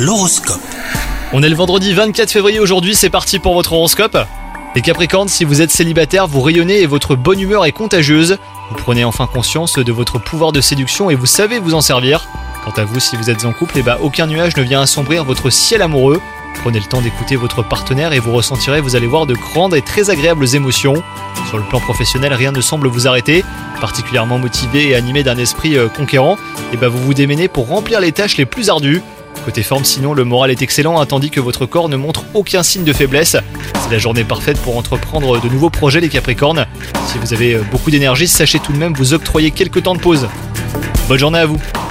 L'horoscope. On est le vendredi 24 février aujourd'hui, c'est parti pour votre horoscope. Les Capricornes, si vous êtes célibataire, vous rayonnez et votre bonne humeur est contagieuse. Vous prenez enfin conscience de votre pouvoir de séduction et vous savez vous en servir. Quant à vous, si vous êtes en couple, aucun nuage ne vient assombrir votre ciel amoureux. Prenez le temps d'écouter votre partenaire et vous ressentirez, vous allez voir, de grandes et très agréables émotions. Sur le plan professionnel, rien ne semble vous arrêter. Particulièrement motivé et animé d'un esprit conquérant, vous vous démenez pour remplir les tâches les plus ardues. Côté forme, sinon, le moral est excellent, tandis que votre corps ne montre aucun signe de faiblesse. C'est la journée parfaite pour entreprendre de nouveaux projets, les Capricornes. Si vous avez beaucoup d'énergie, sachez tout de même vous octroyer quelques temps de pause. Bonne journée à vous.